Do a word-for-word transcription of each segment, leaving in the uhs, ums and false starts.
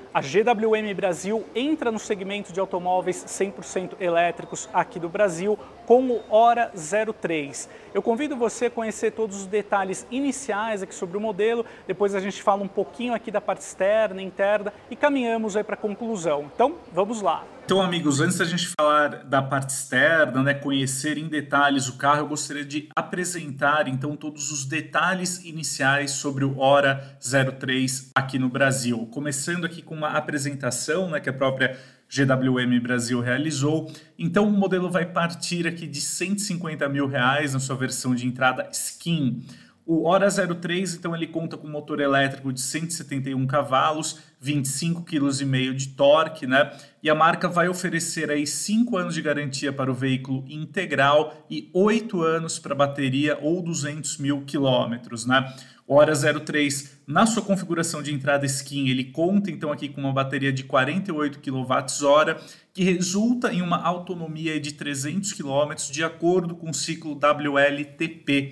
A G W M Brasil entra no segmento de automóveis cem por cento elétricos aqui do Brasil com o Hora zero três. Eu convido você a conhecer todos os detalhes iniciais aqui sobre o modelo, depois a gente fala um pouquinho aqui da parte externa, interna e caminhamos aí para a conclusão. Então, vamos lá. Então, amigos, antes da gente falar da parte externa, né, conhecer em detalhes o carro, eu gostaria de apresentar, então, todos os detalhes iniciais sobre o Hora zero três aqui no Brasil. Começando aqui com uma apresentação, né, que a própria G W M Brasil realizou. Então, o modelo vai partir aqui de cento e cinquenta mil reais na sua versão de entrada Skin. O Hora zero três, então, ele conta com motor elétrico de cento e setenta e um cavalos, vinte e cinco vírgula cinco quilos de torque, né? E a marca vai oferecer aí cinco anos de garantia para o veículo integral e oito anos para bateria ou duzentos mil quilômetros, né? O Hora zero três, na sua configuração de entrada Skin, ele conta então aqui com uma bateria de quarenta e oito quilowatt-hora, que resulta em uma autonomia de trezentos quilômetros de acordo com o ciclo W L T P.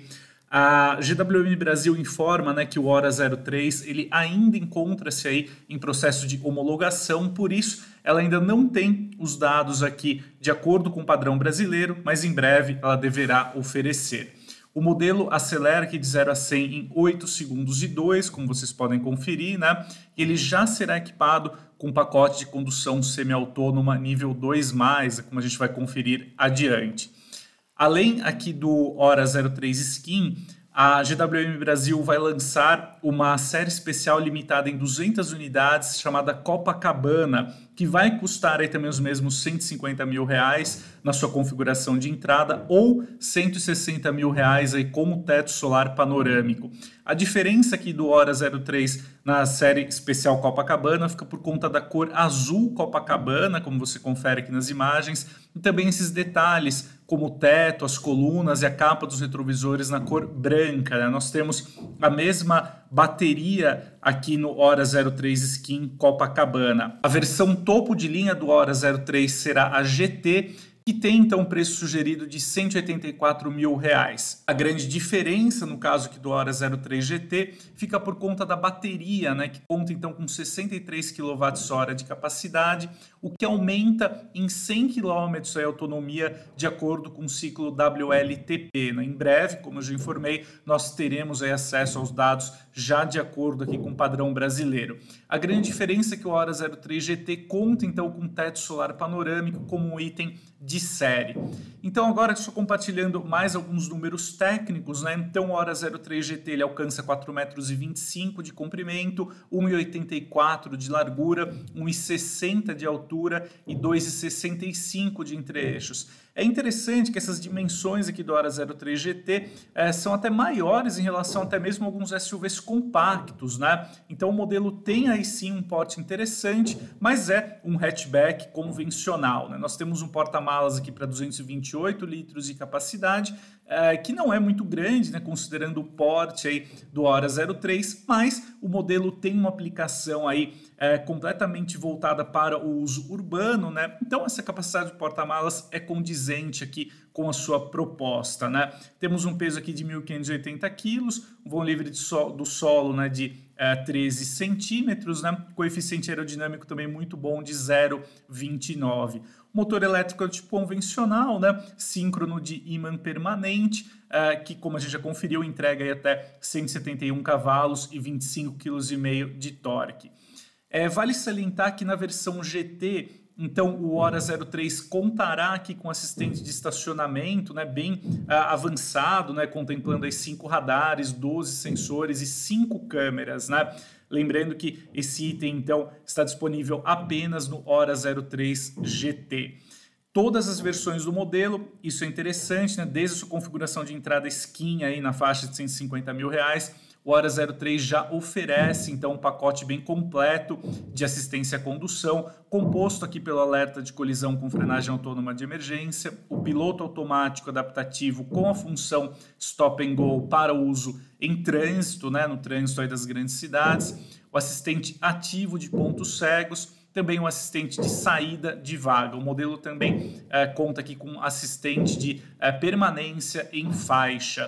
A G W M Brasil informa, né, que o Hora zero três ele ainda encontra-se aí em processo de homologação, por isso ela ainda não tem os dados aqui de acordo com o padrão brasileiro, mas em breve ela deverá oferecer. O modelo acelera aqui de zero a cem em oito segundos e dois, como vocês podem conferir, né? E ele já será equipado com pacote de condução semi-autônoma nível dois mais, como a gente vai conferir adiante. Além aqui do Hora zero três Skin, a G W M Brasil vai lançar uma série especial limitada em duzentas unidades chamada Copacabana, que vai custar aí também os mesmos cento e cinquenta mil reais na sua configuração de entrada ou cento e sessenta mil reais aí com o teto solar panorâmico. A diferença aqui do Hora zero três na série especial Copacabana fica por conta da cor azul Copacabana, como você confere aqui nas imagens, e também esses detalhes como o teto, as colunas e a capa dos retrovisores na cor branca, né? Nós temos a mesma bateria aqui no Hora zero três Skin Copacabana. A versão topo de linha do Hora zero três será a G T, que tem então um preço sugerido de cento e oitenta e quatro mil reais. A grande diferença, no caso aqui do Hora zero três G T, fica por conta da bateria, né, que conta então com sessenta e três quilowatt-hora de capacidade, o que aumenta em cem quilômetros a autonomia de acordo com o ciclo W L T P. Né? Em breve, como eu já informei, nós teremos aí acesso aos dados já de acordo aqui com o padrão brasileiro. A grande diferença é que o Hora zero três G T conta então com teto solar panorâmico como um item de série. Então agora estou compartilhando mais alguns números técnicos, né? Então o Hora zero três G T ele alcança quatro metros e vinte e cinco de comprimento, um metro e oitenta e quatro de largura, um metro e sessenta de altura e dois metros e sessenta e cinco de entre-eixos. É interessante que essas dimensões aqui do Hora zero três G T é, são até maiores em relação até mesmo a alguns S U Vs compactos, né? Então o modelo tem aí sim um porte interessante, mas é um hatchback convencional, né? Nós temos um porta-malas aqui para duzentos e vinte e oito litros de capacidade, é, que não é muito grande, né, considerando o porte aí do Hora zero três, mas o modelo tem uma aplicação aí é, completamente voltada para o uso urbano, né? Então essa capacidade de porta-malas é condizente aqui com a sua proposta, né? Temos um peso aqui de mil quinhentos e oitenta quilos, um vão livre de so do solo, né, de é, treze centímetros, né? Coeficiente aerodinâmico também muito bom de zero vírgula vinte e nove. Motor elétrico é tipo convencional, né? Síncrono de ímã permanente, é, que como a gente já conferiu, entrega aí até cento e setenta e um cavalos e vinte e cinco vírgula cinco quilos de torque. É, vale salientar que na versão G T, então o Hora zero três contará aqui com assistente de estacionamento, né, bem uh, avançado, né, contemplando aí cinco radares, doze sensores e cinco câmeras, né? Lembrando que esse item então está disponível apenas no Hora zero três G T. Todas as versões do modelo, isso é interessante, né? Desde a sua configuração de entrada Skin aí na faixa de cento e cinquenta mil reais, o Hora zero três já oferece então um pacote bem completo de assistência à condução, composto aqui pelo alerta de colisão com frenagem autônoma de emergência, o piloto automático adaptativo com a função Stop and Go para uso em trânsito, né, no trânsito aí das grandes cidades, o assistente ativo de pontos cegos, também um assistente de saída de vaga. O modelo também é, conta aqui com assistente de é, permanência em faixa.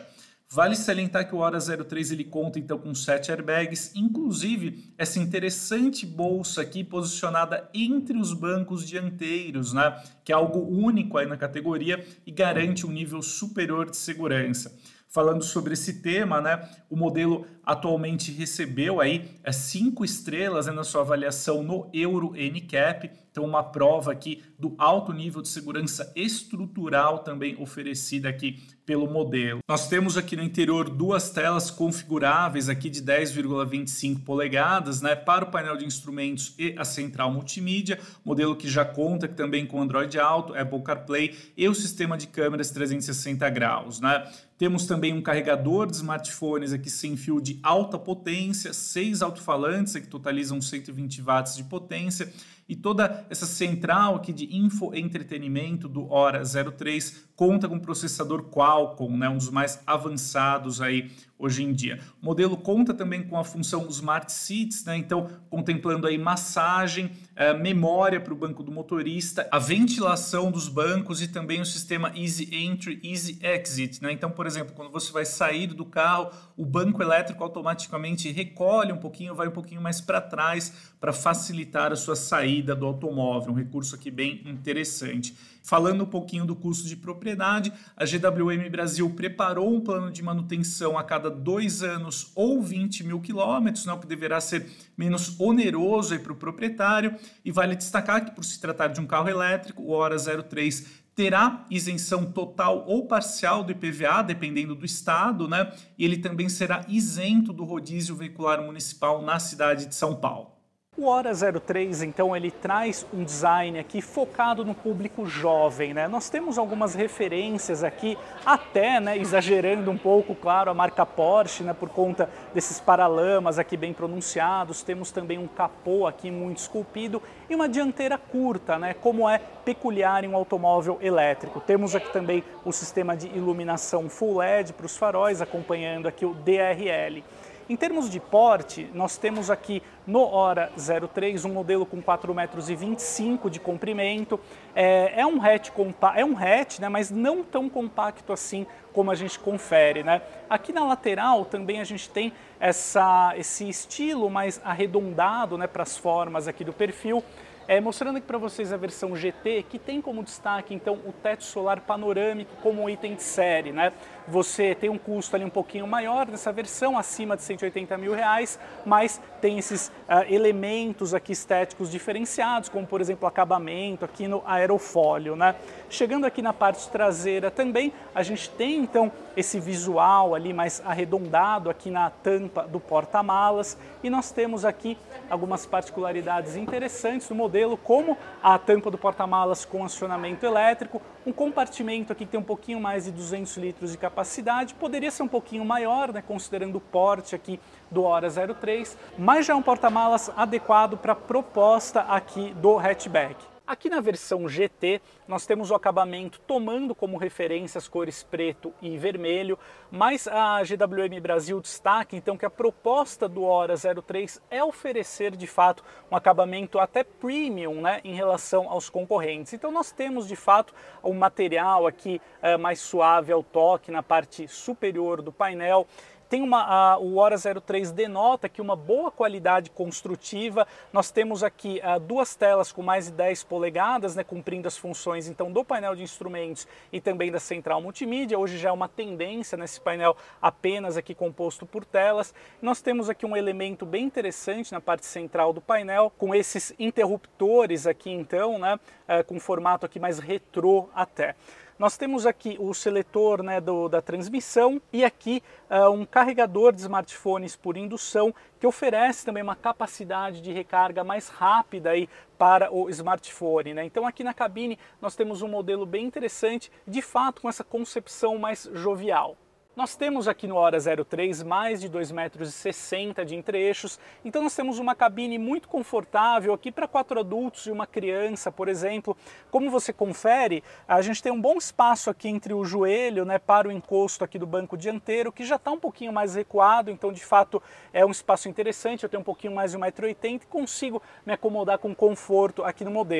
Vale salientar que o Hora zero três ele conta então com sete airbags, inclusive essa interessante bolsa aqui posicionada entre os bancos dianteiros, né? Que é algo único aí na categoria e garante um nível superior de segurança. Falando sobre esse tema, né, o modelo atualmente recebeu aí é, cinco estrelas, né, na sua avaliação no Euro N CAP, então uma prova aqui do alto nível de segurança estrutural também oferecida aqui pelo modelo. Nós temos aqui no interior duas telas configuráveis aqui de dez vírgula vinte e cinco polegadas, né, para o painel de instrumentos e a central multimídia, modelo que já conta também com Android Auto, Apple CarPlay e o sistema de câmeras trezentos e sessenta graus, né? Temos também um carregador de smartphones aqui sem fio de alta potência, seis alto-falantes que totalizam cento e vinte watts de potência e toda essa central aqui de infoentretenimento do Hora zero três conta com processador Qualcomm, né, um dos mais avançados aí hoje em dia. O modelo conta também com a função Smart Seats, né, então contemplando aí massagem, eh, memória para o banco do motorista, a ventilação dos bancos e também o sistema Easy Entry, Easy Exit, né? Então, por exemplo, quando você vai sair do carro, o banco elétrico automaticamente recolhe um pouquinho, vai um pouquinho mais para trás para facilitar a sua saída do automóvel, um recurso aqui bem interessante. Falando um pouquinho do custo de propriedade, a G W M Brasil preparou um plano de manutenção a cada dois anos ou vinte mil quilômetros, né, o que deverá ser menos oneroso para o proprietário. E vale destacar que, por se tratar de um carro elétrico, o Hora zero três terá isenção total ou parcial do I P V A, dependendo do estado, né? E ele também será isento do rodízio veicular municipal na cidade de São Paulo. O Hora zero três, então, ele traz um design aqui focado no público jovem, né? Nós temos algumas referências aqui, até, né, exagerando um pouco, claro, a marca Porsche, né, por conta desses paralamas aqui bem pronunciados. Temos também um capô aqui muito esculpido e uma dianteira curta, né, como é peculiar em um automóvel elétrico. Temos aqui também o sistema de iluminação Full L E D para os faróis, acompanhando aqui o D R L. Em termos de porte, nós temos aqui no Hora zero três um modelo com quatro metros e vinte e cinco de comprimento. É, é um hatch, é um hatch, né, mas não tão compacto assim como a gente confere, né? Aqui na lateral também a gente tem essa, esse estilo mais arredondado, né, para as formas aqui do perfil. É, mostrando aqui para vocês a versão G T, que tem como destaque então o teto solar panorâmico como item de série, né? Você tem um custo ali um pouquinho maior nessa versão, acima de cento e oitenta mil reais, mas tem esses uh, elementos aqui estéticos diferenciados, como por exemplo o acabamento aqui no aerofólio, né? Chegando aqui na parte traseira também, a gente tem então esse visual ali mais arredondado aqui na tampa do porta-malas e nós temos aqui algumas particularidades interessantes do modelo, como a tampa do porta-malas com acionamento elétrico, um compartimento aqui que tem um pouquinho mais de duzentos litros de capacidade, poderia ser um pouquinho maior, né, considerando o porte aqui do Hora zero três, mas já é um porta-malas adequado para a proposta aqui do hatchback. Aqui na versão G T, nós temos o acabamento tomando como referência as cores preto e vermelho, mas a G W M Brasil destaca então que a proposta do Hora zero três é oferecer de fato um acabamento até premium, né, em relação aos concorrentes. Então nós temos de fato um material aqui é, mais suave ao toque na parte superior do painel. Tem uma, a, o Hora zero três denota aqui uma boa qualidade construtiva. Nós temos aqui a, duas telas com mais de dez polegadas, né, cumprindo as funções então do painel de instrumentos e também da central multimídia. Hoje já é uma tendência nesse painel apenas aqui composto por telas. Nós temos aqui um elemento bem interessante na parte central do painel, com esses interruptores aqui então, né, é, com formato aqui mais retrô até. Nós temos aqui o seletor, né, do, da transmissão e aqui uh, um carregador de smartphones por indução que oferece também uma capacidade de recarga mais rápida aí para o smartphone, né? Então aqui na cabine nós temos um modelo bem interessante, de fato com essa concepção mais jovial. Nós temos aqui no Hora zero três mais de dois metros e sessenta de entre-eixos, então nós temos uma cabine muito confortável aqui para quatro adultos e uma criança, por exemplo. Como você confere, a gente tem um bom espaço aqui entre o joelho, né, para o encosto aqui do banco dianteiro, que já está um pouquinho mais recuado, então de fato é um espaço interessante. Eu tenho um pouquinho mais de um metro e oitenta e consigo me acomodar com conforto aqui no modelo.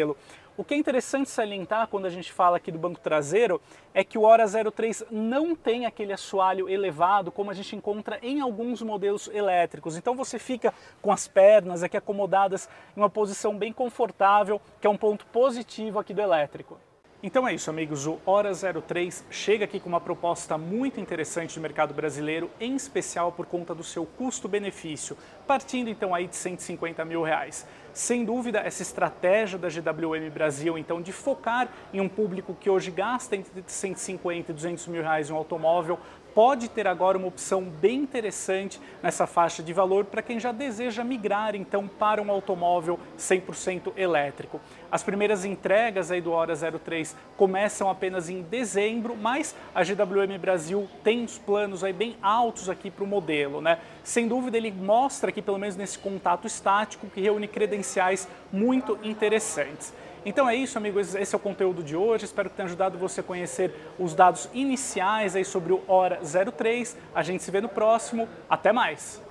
O que é interessante salientar quando a gente fala aqui do banco traseiro é que o Hora zero três não tem aquele assoalho elevado como a gente encontra em alguns modelos elétricos. Então você fica com as pernas aqui acomodadas em uma posição bem confortável, que é um ponto positivo aqui do elétrico. Então é isso, amigos, o Hora zero três chega aqui com uma proposta muito interessante do mercado brasileiro, em especial por conta do seu custo-benefício, partindo então aí de cento e cinquenta mil reais. Sem dúvida, essa estratégia da G W M Brasil, então, de focar em um público que hoje gasta entre cento e cinquenta e duzentos mil reais em um automóvel, pode ter agora uma opção bem interessante nessa faixa de valor para quem já deseja migrar então para um automóvel cem por cento elétrico. As primeiras entregas aí do Hora zero três começam apenas em dezembro, mas a G W M Brasil tem uns planos aí bem altos aqui para o modelo, né? Sem dúvida ele mostra aqui, pelo menos nesse contato estático, que reúne credenciais muito interessantes. Então é isso, amigos, esse é o conteúdo de hoje, espero que tenha ajudado você a conhecer os dados iniciais aí sobre o Hora zero três. A gente se vê no próximo, até mais!